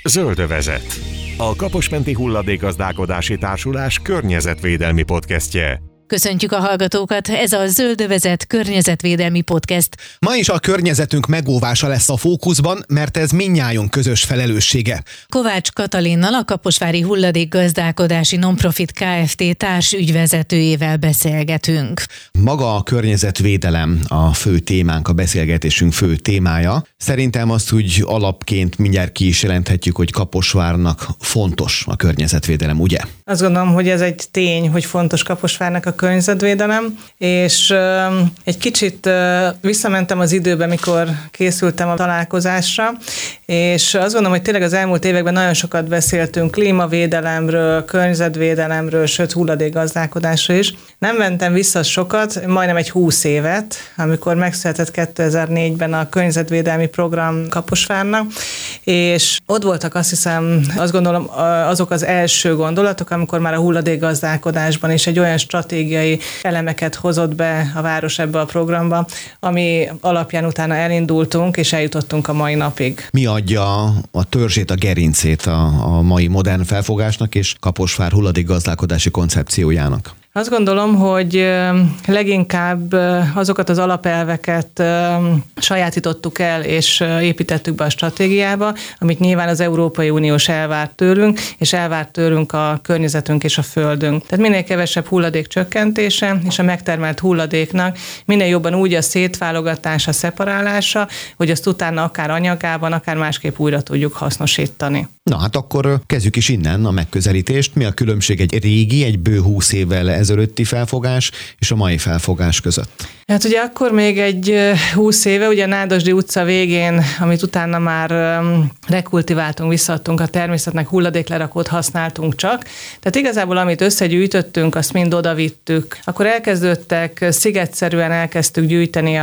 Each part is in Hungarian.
Zöldövezet. A Kaposmenti Hulladékgazdálkodási Társulás környezetvédelmi podcastje. Köszöntjük a hallgatókat, ez a Zöldövezet környezetvédelmi podcast. Ma is a környezetünk megóvása lesz a fókuszban, mert ez mindnyájunk közös felelőssége. Kovács Katalinnal, a Kaposvári Hulladékgazdálkodási Nonprofit Kft. Társügyvezetőjével beszélgetünk. Maga a környezetvédelem a fő témánk, a beszélgetésünk fő témája. Szerintem azt úgy alapként mindjárt ki is jelenthetjük, hogy Kaposvárnak fontos a környezetvédelem, ugye? Azt gondolom, hogy ez egy tény, hogy fontos Kaposvárnak a környezetvédelem, és egy kicsit visszamentem az időbe, mikor készültem a találkozásra, és azt gondolom, hogy tényleg az elmúlt években nagyon sokat beszéltünk klímavédelemről, környezetvédelemről, sőt hulladékgazdálkodásról is. Nem mentem vissza sokat, majdnem egy 20 évet, amikor megszületett 2004-ben a környezetvédelmi program Kaposvárnak, és ott voltak azt hiszem, azt gondolom azok az első gondolatok, amikor már a hulladékgazdálkodásban is egy olyan stratégiai elemeket hozott be a város ebbe a programba, ami alapján utána elindultunk, és eljutottunk a mai napig. Mi adja a törzsét, a gerincét a mai modern felfogásnak és Kaposvár hulladékgazdálkodási koncepciójának? Azt gondolom, hogy leginkább azokat az alapelveket sajátítottuk el, és építettük be a stratégiába, amit nyilván az Európai Uniós elvárt tőlünk, és elvárt tőlünk a környezetünk és a földünk. Tehát minél kevesebb hulladék csökkentése, és a megtermelt hulladéknak minél jobban úgy a szétválogatása, szeparálása, hogy azt utána akár anyagában, akár másképp újra tudjuk hasznosítani. Na hát akkor kezdjük is innen a megközelítést. Mi a különbség egy régi, egy bő 20 évvel ezelőtti felfogás és a mai felfogás között? Hát ugye akkor még egy 20 éve, ugye a Nádasdy utca végén, amit utána már rekultiváltunk, visszaadtunk a természetnek, hulladéklerakót használtunk csak. Tehát igazából amit összegyűjtöttünk, azt mind odavittük. Akkor szigetszerűen elkezdtük gyűjteni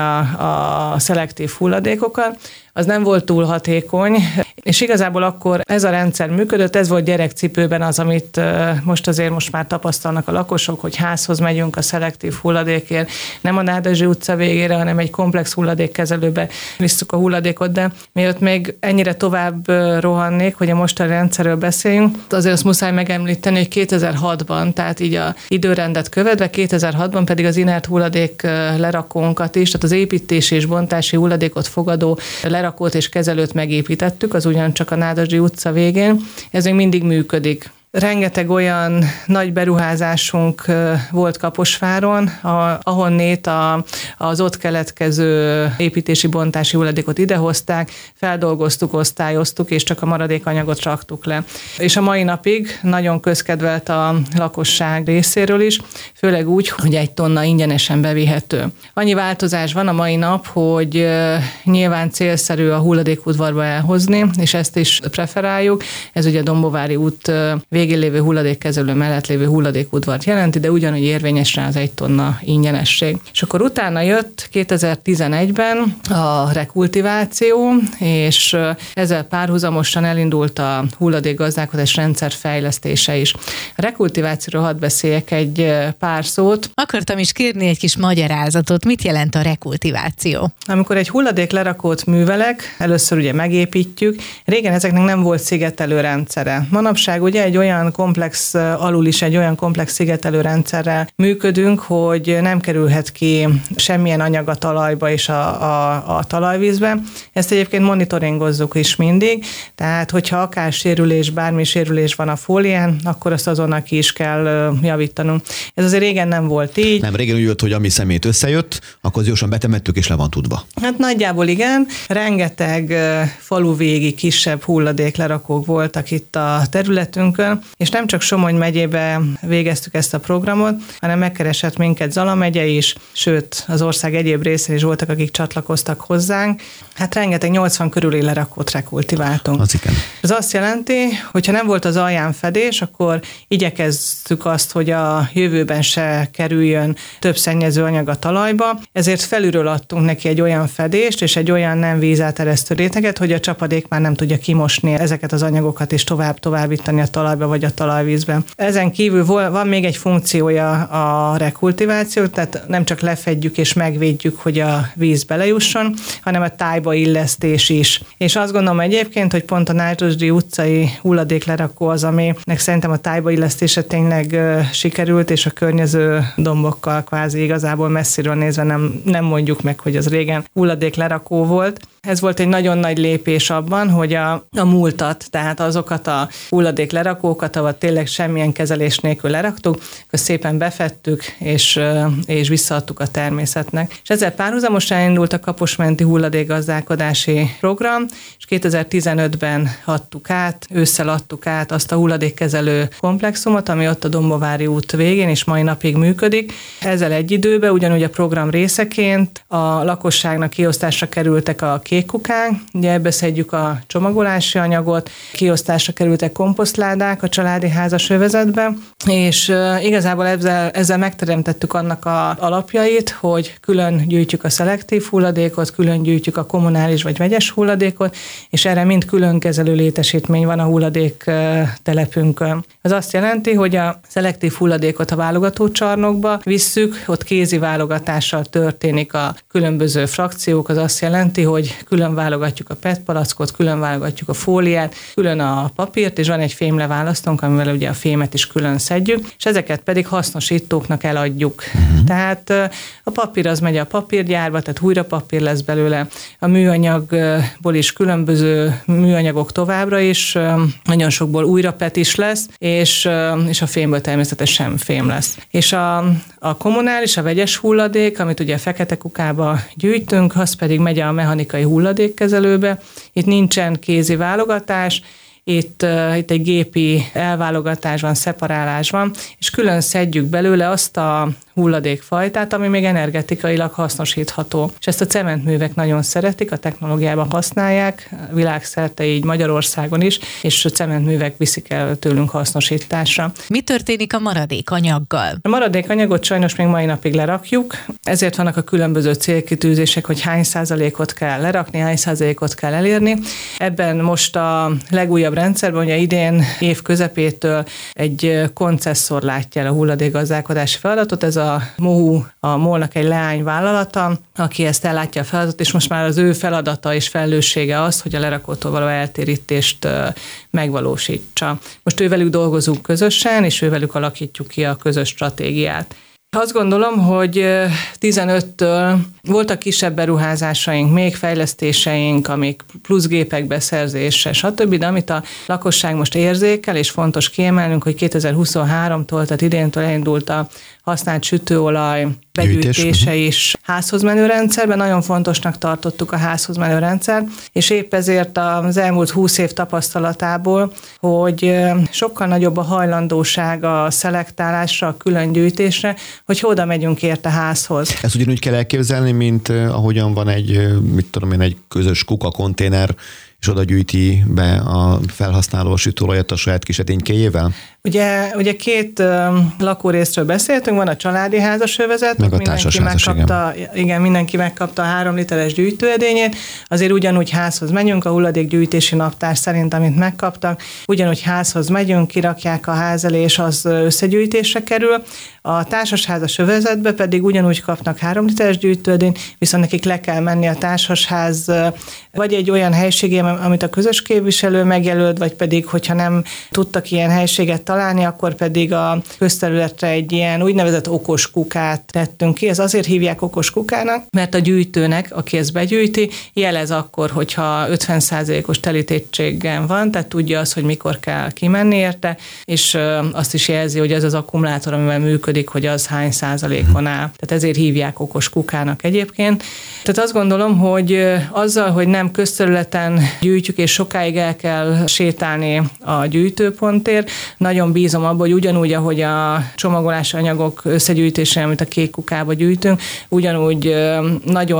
a szelektív hulladékokat. Az nem volt túl hatékony, és igazából akkor ez a rendszer működött, ez volt gyerekcipőben az, amit most már tapasztalnak a lakosok, hogy házhoz megyünk a szelektív hulladékért, nem a Nádasdy utca végére, hanem egy komplex hulladékkezelőbe visszük a hulladékot, de mielőtt még ennyire tovább rohannék, hogy a mostani rendszerről beszéljünk, azért azt muszáj megemlíteni, hogy 2006-ban, tehát így a időrendet követve, 2006-ban pedig az inert hulladék lerakónkat is, tehát az építési és bontási hulladékot fogadó lerakót és kezelőt megépítettük, az ugyancsak a Nádasdy utca végén. Ez még mindig működik. Rengeteg olyan nagy beruházásunk volt Kaposváron, ahonnét az ott keletkező építési bontási hulladékot idehozták, feldolgoztuk, osztályoztuk, és csak a maradékanyagot raktuk le. És a mai napig nagyon közkedvelt a lakosság részéről is, főleg úgy, hogy 1 tonna ingyenesen bevihető. Annyi változás van a mai nap, hogy nyilván célszerű a hulladékudvarba elhozni, és ezt is preferáljuk. Ez ugye a Dombovári út végén lévő hulladékkezelő mellett lévő hulladékudvart jelenti, de ugyanúgy érvényes rá az 1 tonna ingyenesség. És akkor utána jött 2011-ben a rekultiváció, és ezzel párhuzamosan elindult a hulladékgazdálkodás rendszer fejlesztése is. A rekultivációról hadd beszéljek egy pár szót. Akartam is kérni egy kis magyarázatot. Mit jelent a rekultiváció? Amikor egy hulladéklerakót művelek, először ugye megépítjük, régen ezeknek nem volt szigetelő rendszere. Manapság ugye egy olyan komplex, alul is egy olyan komplex szigetelő rendszerrel működünk, hogy nem kerülhet ki semmilyen anyag a talajba és a talajvízbe. Ezt egyébként monitoringozzuk is mindig, tehát hogyha akár bármi sérülés van a fólián, akkor azt azonnal ki is kell javítanunk. Ez azért régen nem volt így. Nem, régen úgy jött, hogy ami szemét összejött, akkor az gyorsan betemettük és le van tudva. Hát nagyjából igen. Rengeteg faluvégi kisebb hulladéklerakók voltak itt a területünkön, és nem csak Somogy megyébe végeztük ezt a programot, hanem megkeresett minket Zala megye is, sőt az ország egyéb részén is voltak, akik csatlakoztak hozzánk. Hát rengeteg 80 körüli lerakót rekultiváltunk. Ez azt jelenti, hogy ha nem volt az alján fedés, akkor igyekezzük azt, hogy a jövőben se kerüljön több szennyező anyag a talajba, ezért felülről adtunk neki egy olyan fedést és egy olyan nem vízáteresztő réteget, hogy a csapadék már nem tudja kimosni ezeket az anyagokat és továbbítani a talajba vagy a talajvízben. Ezen kívül van még egy funkciója a rekultiváció, tehát nem csak lefedjük és megvédjük, hogy a víz belejusson, hanem a tájba illesztés is. És azt gondolom egyébként, hogy pont a Nádasdy utcai hulladéklerakó az, aminek szerintem a tájba illesztése tényleg sikerült, és a környező dombokkal kvázi igazából messziről nézve nem mondjuk meg, hogy az régen hulladéklerakó volt. Ez volt egy nagyon nagy lépés abban, hogy a múltat, tehát azokat a hulladéklerakókat, ahol tényleg semmilyen kezelés nélkül leraktuk, akkor szépen befettük, és visszaadtuk a természetnek. És ezzel párhuzamosan indult a Kaposmenti hulladékgazdálkodási program, és 2015-ben ősszel adtuk át azt a hulladékkezelő komplexumot, ami ott a Dombovári út végén, és mai napig működik. Ezzel egy időben ugyanúgy a program részeként a lakosságnak kiosztásra kerültek a kék kukák, ugye ebbe szedjük a csomagolási anyagot, kiosztásra kerültek komposztládák a családi házas övezetbe, és igazából ezzel megteremtettük annak a alapjait, hogy külön gyűjtjük a szelektív hulladékot, külön gyűjtjük a kommunális vagy vegyes hulladékot, és erre mind külön kezelő létesítmény van a hulladék telepünkön. Ez azt jelenti, hogy a szelektív hulladékot a válogatócsarnokba visszük, ott kézi válogatással történik a különböző frakciók, az azt jelenti, hogy külön válogatjuk a PET palackot, külön válogatjuk a fóliát, külön a papírt, és van egy fémleválasztónk, amivel ugye a fémet is külön szedjük, és ezeket pedig hasznosítóknak eladjuk. Tehát a papír az megy a papírgyárba, tehát újrapapír lesz belőle, a műanyagból is különböző műanyagok továbbra is, nagyon sokból újra PET is lesz, és a fémből természetesen fém lesz. És a kommunális, a vegyes hulladék, amit ugye a fekete kukába gyűjtünk, az pedig megy a mechanikai hulladékkezelőbe. Itt nincsen kézi válogatás, itt egy gépi elválogatás van, szeparálás van, és külön szedjük belőle azt a hulladékfajtát, ami még energetikailag hasznosítható. És ezt a cementművek nagyon szeretik, a technológiában használják, világszerte így Magyarországon is, és a cementművek viszik el tőlünk hasznosításra. Mi történik a maradék anyaggal? A maradék anyagot sajnos még mai napig lerakjuk, ezért vannak a különböző célkitűzések, hogy hány százalékot kell lerakni, hány százalékot kell elérni. Ebben most a legújabb rendszerben, ugye idén év közepétől egy koncesszor látja el a hulladékgazdálkodási feladatot, ez a MOHU, a MOL-nak egy leányvállalata, aki ezt ellátja a feladatot, és most már az ő feladata és felelőssége az, hogy a lerakótól való eltérítést megvalósítsa. Most ővelük dolgozunk közösen, és ővelük alakítjuk ki a közös stratégiát. Azt gondolom, hogy 15-től voltak kisebb beruházásaink, még fejlesztéseink, amik plusz gépek beszerzése, stb., de amit a lakosság most érzékel, és fontos kiemelnünk, hogy 2023-tól, tehát idéntől elindult a használt sütőolaj begyűjtése is házhoz menő rendszerben. Nagyon fontosnak tartottuk a házhoz menő rendszert, és épp ezért az elmúlt 20 év tapasztalatából, hogy sokkal nagyobb a hajlandóság a szelektálásra, a külön gyűjtésre, hogy oda megyünk érte házhoz. Ezt ugyanúgy kell elképzelni, mint ahogyan van egy közös kukakonténer, és oda gyűjti be a felhasználó a sütőolajat a saját kis edénykéjével? Ugye két lakórészről beszéltünk, van a családi házas övezet, meg a társasházas, igen, mindenki megkapta a 3 literes gyűjtőedényét, azért ugyanúgy házhoz megyünk, a hulladékgyűjtési naptár szerint, amit megkaptak, ugyanúgy házhoz megyünk, kirakják a ház elé, és az összegyűjtésre kerül. A társasházas övezetbe pedig ugyanúgy kapnak 3 literes gyűjtőedényt, viszont nekik le kell menni a társasház vagy egy olyan helységében, amit a közös képviselő megjelölt, vagy pedig, hogyha nem tudtak ilyen helységet találni, akkor pedig a közterületre egy ilyen úgynevezett okos kukát tettünk ki. Ez azért hívják okos kukának, mert a gyűjtőnek, aki ezt begyűjti, jelez akkor, hogyha 50%-os telítettségen van, tehát tudja azt, hogy mikor kell kimenni érte, és azt is jelzi, hogy ez az akkumulátor, amivel működik, hogy az hány százalékon áll. Tehát ezért hívják okos kukának egyébként. Tehát azt gondolom, hogy azzal, hogy nem közterületen gyűjtjük, és sokáig el kell sétálni a gyűjtőpontért, nagyon bízom abban, hogy ugyanúgy, ahogy a csomagolási anyagok összegyűjtésén, amit a kék kukába gyűjtünk, ugyanúgy nagyon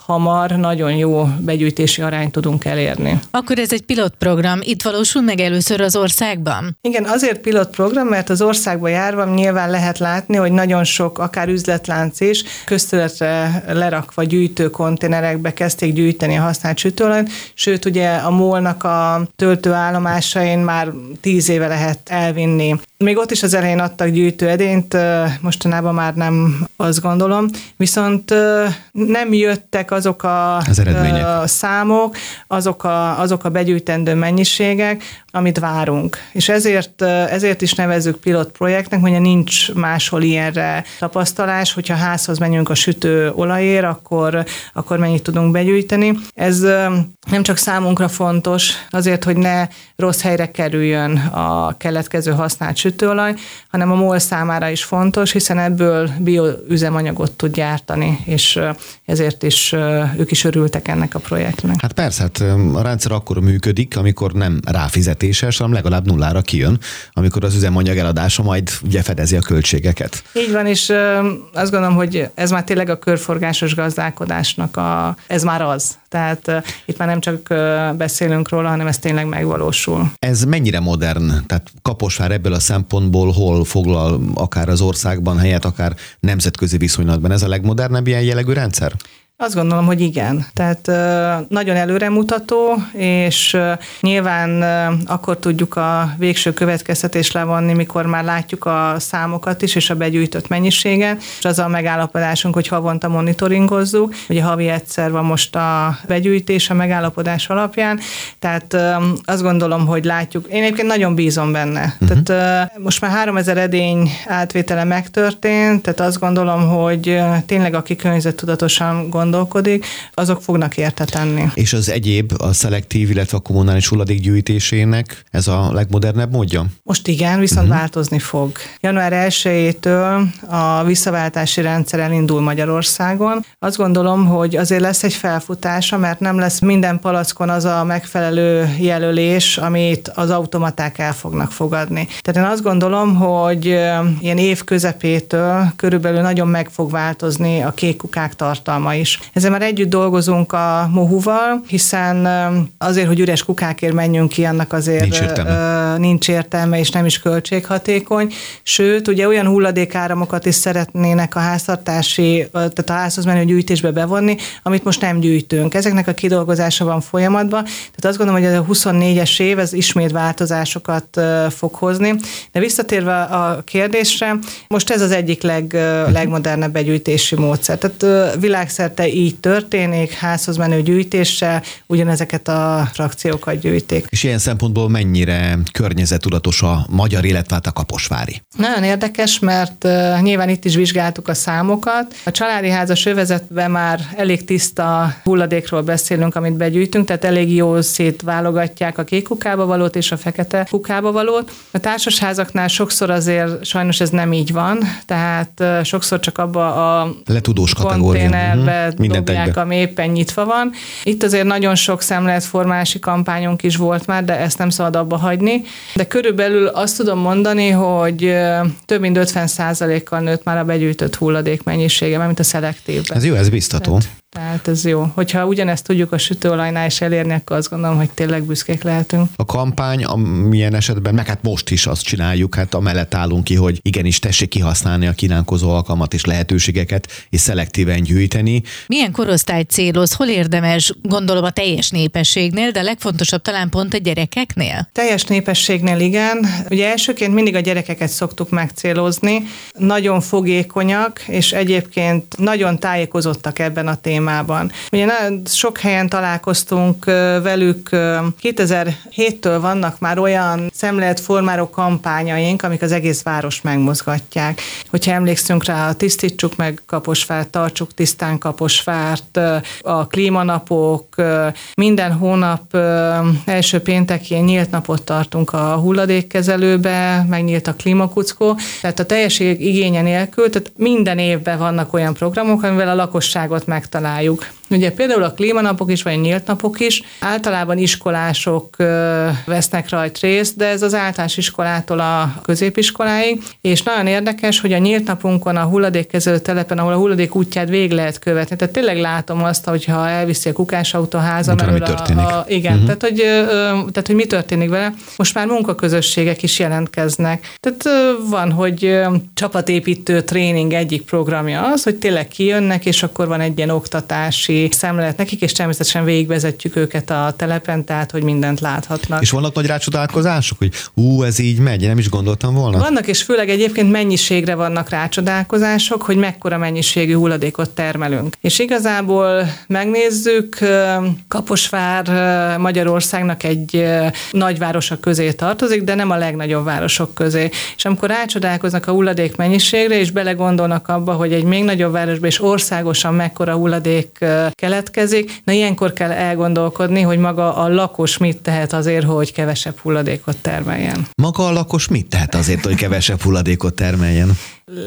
hamar nagyon jó begyűjtési arányt tudunk elérni. Akkor ez egy pilotprogram. Itt valósul meg először az országban? Igen, azért pilotprogram, mert az országba járva nyilván lehet látni, hogy nagyon sok, akár üzletlánc is, közterületre lerakva gyűjtő konténerekbe kezdték gyűjteni a használt sütőolajat, sőt ugye a MOL-nak a töltőállomásain már 10 éve lehet elvinni. Még ott is az elején adtak gyűjtőedényt, mostanában már nem, azt gondolom, viszont nem jöttek azok az eredmények, számok, azok a begyűjtendő mennyiségek, amit várunk. És ezért is nevezzük pilotprojektnek, hogy nincs máshol ilyenre tapasztalás, hogyha házhoz menjünk a sütőolajért, akkor mennyit tudunk begyűjteni. Ez nem csak számunkra fontos, azért, hogy ne rossz helyre kerüljön a keletkező használt sütőolaj, hanem a MOL számára is fontos, hiszen ebből bioüzemanyagot tud gyártani, és ezért is ők is örültek ennek a projektnek. Hát persze, hát a rendszer akkor működik, amikor nem ráfizetéses, hanem legalább nullára kijön, amikor az üzemanyag eladása majd ugye fedezi a költségeket. Így van, és azt gondolom, hogy ez már tényleg a körforgásos gazdálkodásnak ez már az. Tehát itt már nem csak beszélünk róla, hanem ez tényleg megvalósul. Ez mennyire modern? Tehát Kaposvár ebből a szempontból hol foglal akár az országban helyet, akár nemzetközi viszonylatban? Ez a legmodernebb ilyen jellegű rendszer? Azt gondolom, hogy igen. Tehát nagyon előremutató, és nyilván akkor tudjuk a végső következtetést levonni, mikor már látjuk a számokat is, és a begyűjtött mennyiséget, és az a megállapodásunk, hogy havonta monitoringozzuk, ugye havi egyszer van most a begyűjtés a megállapodás alapján, tehát azt gondolom, hogy látjuk. Én egyébként nagyon bízom benne. Tehát most már 3000 edény átvétele megtörtént, tehát azt gondolom, hogy tényleg aki környezettudatosan gondolkodik, azok fognak érte tenni. És az egyéb, a szelektív, illetve a kommunális hulladékgyűjtésének ez a legmodernebb módja? Most igen, viszont változni fog. Január 1-től a visszaváltási rendszer elindul Magyarországon. Azt gondolom, hogy azért lesz egy felfutása, mert nem lesz minden palackon az a megfelelő jelölés, amit az automaták el fognak fogadni. Tehát én azt gondolom, hogy ilyen év közepétől körülbelül nagyon meg fog változni a kék kukák tartalma is. Ezzel már együtt dolgozunk a MOHU-val, hiszen azért, hogy üres kukákért menjünk ki, annak azért nincs értelme, és nem is költséghatékony. Sőt, ugye olyan hulladékáramokat is szeretnének a háztartási, tehát a házhoz menő gyűjtésbe bevonni, amit most nem gyűjtünk. Ezeknek a kidolgozása van folyamatban, tehát azt gondolom, hogy ez a 24-es év, ez ismét változásokat fog hozni. De visszatérve a kérdésre, most ez az egyik legmodernebb begyűjtési módszer. Tehát világszerte így történik, házhoz menő gyűjtéssel ugyanezeket a frakciókat gyűjtik. És ilyen szempontból mennyire környezettudatos a magyar, illetve a kaposvári? Nagyon érdekes, mert nyilván itt is vizsgáltuk a számokat. A családi házas övezetben már elég tiszta hulladékról beszélünk, amit begyűjtünk, tehát elég jól szétválogatják a kék kukába valót és a fekete kukába valót. A társasházaknál sokszor azért sajnos ez nem így van, tehát sokszor csak abba a letudós konténerbe dobják, ami éppen nyitva van. Itt azért nagyon sok szemléletformálási kampányunk is volt már, de ezt nem szabad abba hagyni. De körülbelül azt tudom mondani, hogy több mint 50%-kal nőtt már a begyűjtött hulladék mennyisége, mint a szelektívben. Ez jó, ez biztató. Tehát ez jó. Hogyha ugyanezt tudjuk a sütőolajnál is elérni, akkor azt gondolom, hogy tényleg büszkék lehetünk. A kampány, milyen esetben, meg hát most is azt csináljuk, hát amellett állunk ki, hogy igenis tessék kihasználni a kínálkozó alkalmat és lehetőségeket, és szelektíven gyűjteni. Milyen korosztály céloz? Hol érdemes? Gondolom a teljes népességnél, de a legfontosabb talán pont a gyerekeknél? Teljes népességnél igen. Ugye elsőként mindig a gyerekeket szoktuk megcélozni. Nagyon fogékonyak, és egyébként nagyon tájékozottak ebben a témában. Ugye sok helyen találkoztunk velük, 2007-től vannak már olyan szemléletformáló kampányaink, amik az egész város megmozgatják. Hogyha emlékszünk rá, tisztítsuk meg Kaposvárt, tartsuk tisztán Kaposvárt, a klímanapok, minden hónap első péntekén nyílt napot tartunk a hulladékkezelőbe, megnyílt a klímakuckó, tehát a teljesség igénye nélkül, tehát minden évben vannak olyan programok, amivel a lakosságot megtaláljuk. Ugye például a klímanapok is, vagy a nyílt napok is, általában iskolások vesznek rajta részt, de ez az általános iskolától a középiskoláig, és nagyon érdekes, hogy a nyílt napunkon a hulladékkezelő telepen, ahol a hulladék útját végig lehet követni. Tehát tényleg látom azt, hogyha elviszi a kukásautó házam elől. Igen, tehát hogy mi történik vele. Most már munkaközösségek is jelentkeznek. Tehát van, hogy csapatépítő tréning egyik programja az, hogy tényleg kijönnek, és akkor van egy ilyen oktatási szemlélet nekik, és természetesen végigvezetjük őket a telepen, tehát hogy mindent láthatnak. És vannak nagy rácsodálkozások, hogy ez így megy, nem is gondoltam volna? Vannak, és főleg egyébként mennyiségre vannak rácsodálkozások, hogy mekkora mennyiségű hulladékot termelünk. És igazából megnézzük, Kaposvár Magyarországnak egy nagyvárosa közé tartozik, de nem a legnagyobb városok közé. És amikor rácsodálkoznak a hulladék mennyiségre, és belegondolnak abba, hogy egy még nagyobb városban és országosan mekkora hulladék keletkezik, na ilyenkor kell elgondolkodni, hogy maga a lakos mit tehet azért, hogy kevesebb hulladékot termeljen. Maga a lakos mit tehet azért, hogy kevesebb hulladékot termeljen?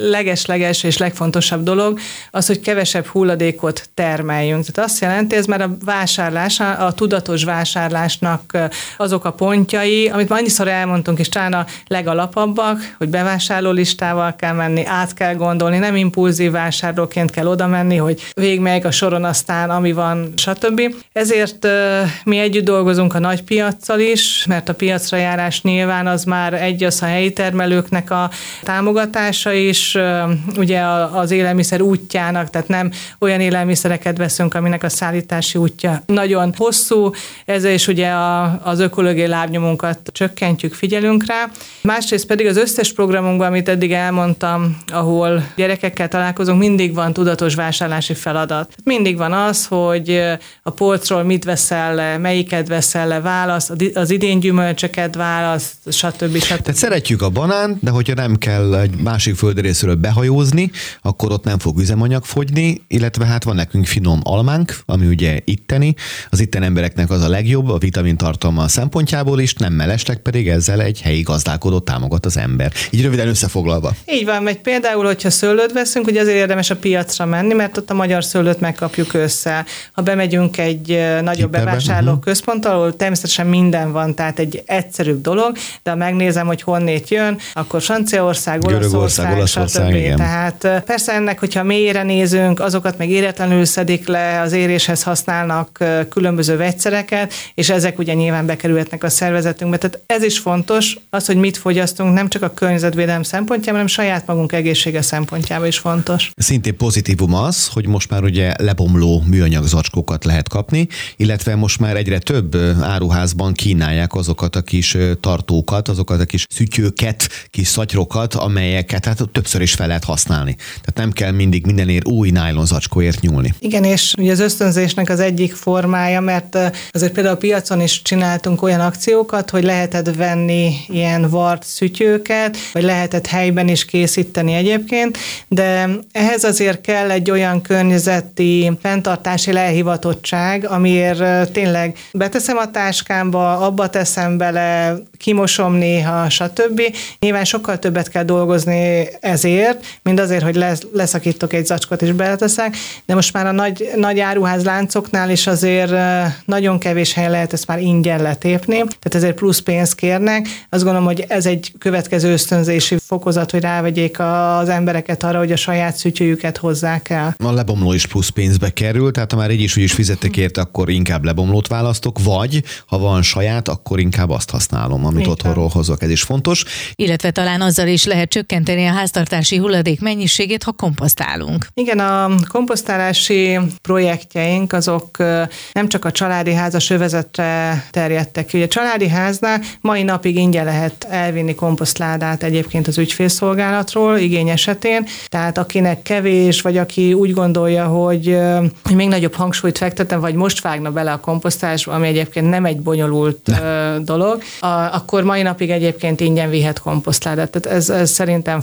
Leges és legfontosabb dolog az, hogy kevesebb hulladékot termeljünk. Tehát azt jelenti, ez már a vásárlás, a tudatos vásárlásnak azok a pontjai, amit már annyiszor elmondtunk, és talán a legalapabbak, hogy bevásárlólistával kell menni, át kell gondolni, nem impulzív vásárlóként kell oda menni, hogy végigmegyek a soron, aztán ami van, stb. Ezért mi együtt dolgozunk a nagy piaccal is, mert a piacra járás nyilván az már az a helyi termelőknek a támogatása is, ugye az élelmiszer útjának, tehát nem olyan élelmiszereket veszünk, aminek a szállítási útja nagyon hosszú, ezzel is ugye az ökológiai lábnyomunkat csökkentjük, figyelünk rá. Másrészt pedig az összes programunkban, amit eddig elmondtam, ahol gyerekekkel találkozunk, mindig van tudatos vásárlási feladat. Mindig van az, hogy a polcról mit veszel le, melyiket veszel le, válasz, az idén gyümölcsöket válasz, stb. Tehát szeretjük a banánt, de hogyha nem kell egy másik földrészről behajózni, akkor ott nem fog üzemanyag fogyni, illetve hát van nekünk finom almánk, ami ugye itteni. Az itten embereknek az a legjobb, a vitamintartalma szempontjából is, nem mellesleg pedig ezzel egy helyi gazdálkodót támogat az ember. Így röviden összefoglalva. Így van, mert például, hogyha szőlőt veszünk, ugye azért érdemes a piacra menni, mert ott a magyar szőlőt megkapjuk össze. Ha bemegyünk egy nagyobb bevásárló központtal, ahol természetesen minden van, tehát egy egyszerűbb dolog, de ha megnézem, hogy honnét jön, akkor Franciaország, Olaszország, igen. Tehát persze ennek, hogyha mélyre nézünk, azokat meg éretlenül szedik le, az éréshez használnak különböző vegyszereket, és ezek ugye nyilván bekerülhetnek a szervezetünkbe. Tehát ez is fontos, az, hogy mit fogyasztunk, nem csak a környezetvédelem szempontjából, hanem saját magunk egészsége szempontjából is fontos. Szintén pozitívum az, hogy most már ugye lebomló műanyag zacskókat lehet kapni, illetve most már egyre több áruházban kínálják azokat a kis tartókat, azokat a kis szütyőket, kis szatyrokat, amelyeket hát többször is fel lehet használni. Tehát nem kell mindig mindenért új nájlon zacskóért nyúlni. Igen, és ugye az ösztönzésnek az egyik formája, mert azért például a piacon is csináltunk olyan akciókat, hogy lehetett venni ilyen vart szütyőket, vagy lehetett helyben is készíteni egyébként, de ehhez azért kell egy olyan környezeti fenntartási lehivatottság, amiért tényleg beteszem a táskámba, abba teszem bele, kimosom néha, stb. Nyilván sokkal többet kell dolgozni ezért, mint azért, hogy leszakítok egy zacskot és beleteszek, de most már a nagy áruházláncoknál is azért nagyon kevés helyen lehet ezt már ingyen letépni, tehát ezért plusz pénzt kérnek. Azt gondolom, hogy ez egy következő ösztönzési fokozat, hogy rávegyék az embereket arra, hogy a saját szütyőjüket hozzák el. A lebomló is plusz pénzbe kerül, tehát ha már így is úgy is fizettek érte, akkor inkább lebomlót választok, vagy ha van saját, akkor inkább azt használom, amit otthonról hozok, ez is fontos. Illetve talán azzal is lehet csökkenteni a háztartási hulladék mennyiségét, ha komposztálunk. Igen, a komposztálási projektjeink azok nem csak a családi házas övezetre terjedtek ki. Ugye a családi háznál mai napig ingyen lehet elvinni komposztládát egyébként az ügyfélszolgálatról igény esetén, tehát akinek kevés, vagy aki úgy gondolja, hogy még nagyobb hangsúlyt fektetem, vagy most vágna bele a komposztálásba, ami egyébként nem egy bonyolult dolog, akkor mai napig egyébként ingyen vihet komposztládát. Tehát ez szerintem fontos.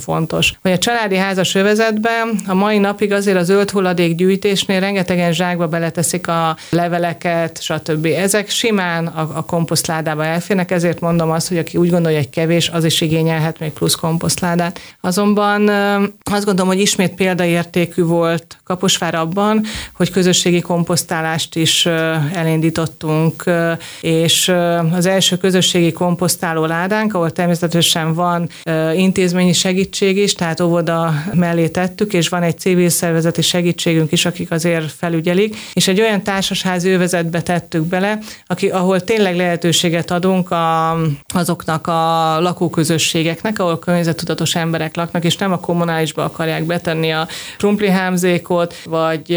fontos. Hogy a családi házas övezetben a mai napig azért a zöld hulladék gyűjtésnél rengetegen zsákba beleteszik a leveleket, stb. Ezek simán a komposztládába elférnek, ezért mondom azt, hogy aki úgy gondolja, hogy kevés, az is igényelhet még plusz komposztládát. Azonban azt gondolom, hogy ismét példaértékű volt Kaposvár abban, hogy közösségi komposztálást is elindítottunk, és az első közösségi komposztáló ládánk, ahol természetesen van intézményi segítség is, tehát óvoda mellé tettük, és van egy civil szervezeti segítségünk is, akik azért felügyelik, és egy olyan társasházi övezetbe tettük bele, ahol tényleg lehetőséget adunk azoknak a lakóközösségeknek, ahol környezettudatos emberek laknak, és nem a kommunálisba akarják betenni a krumplihámzékot, vagy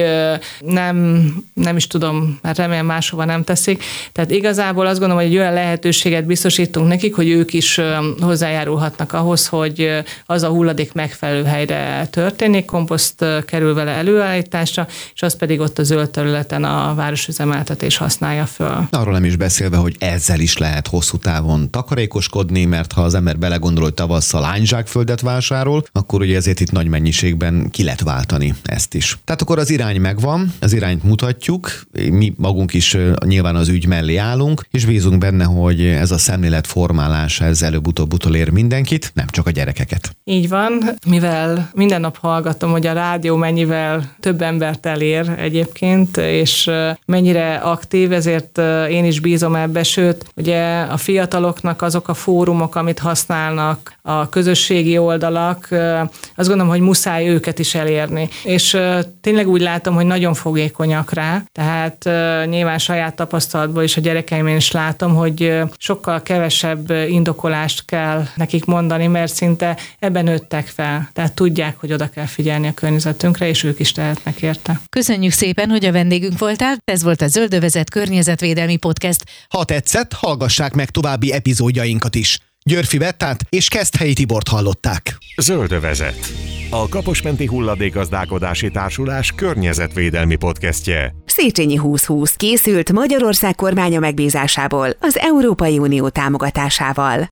nem is tudom, mert remélem máshova nem teszik. Tehát igazából azt gondolom, hogy egy olyan lehetőséget biztosítunk nekik, hogy ők is hozzájárulhatnak ahhoz, hogy az a hulladék megfelelő helyre történik, komposzt kerül vele előállításra, és az pedig ott a zöld területen a városüzemeltetés használja föl. Arról nem is beszélve, hogy ezzel is lehet hosszú távon takarékoskodni, mert ha az ember belegondol, hogy tavasszal hányzsákföldet vásárol, akkor ugye ezért itt nagy mennyiségben ki lehet váltani ezt is. Tehát akkor az irány megvan, az irányt mutatjuk, mi magunk is nyilván az ügy mellé állunk, és bízunk benne, hogy ez a szemléletformálás, ez előbb-utóbb utolér mindenkit, nem csak a gyerekeket. Így van, mivel minden nap hallgatom, hogy a rádió mennyivel több embert elér egyébként, és mennyire aktív, ezért én is bízom ebbe, sőt, ugye a fiataloknak azok a fórumok, amit használnak, a közösségi oldalak, azt gondolom, hogy muszáj őket is elérni. És tényleg úgy látom, hogy nagyon fogékonyak rá, tehát nyilván saját tapasztalatból is a gyerekeimén is látom, hogy sokkal kevesebb indokolást kell nekik mondani, mert szinte ebben nőttek fel. Tehát tudják, hogy oda kell figyelni a környezetünkre, és ők is tehetnek érte. Köszönjük szépen, hogy a vendégünk voltál. Ez volt a Zöldövezet környezetvédelmi podcast. Ha tetszett, hallgassák meg további epizódjainkat is. Györfi Bettát és Keszthelyi Tibort hallották. Zöldövezet. A Kaposmenti Hulladékgazdálkodási Társulás környezetvédelmi podcastje. Széchenyi 2020 készült Magyarország kormánya megbízásából az Európai Unió támogatásával.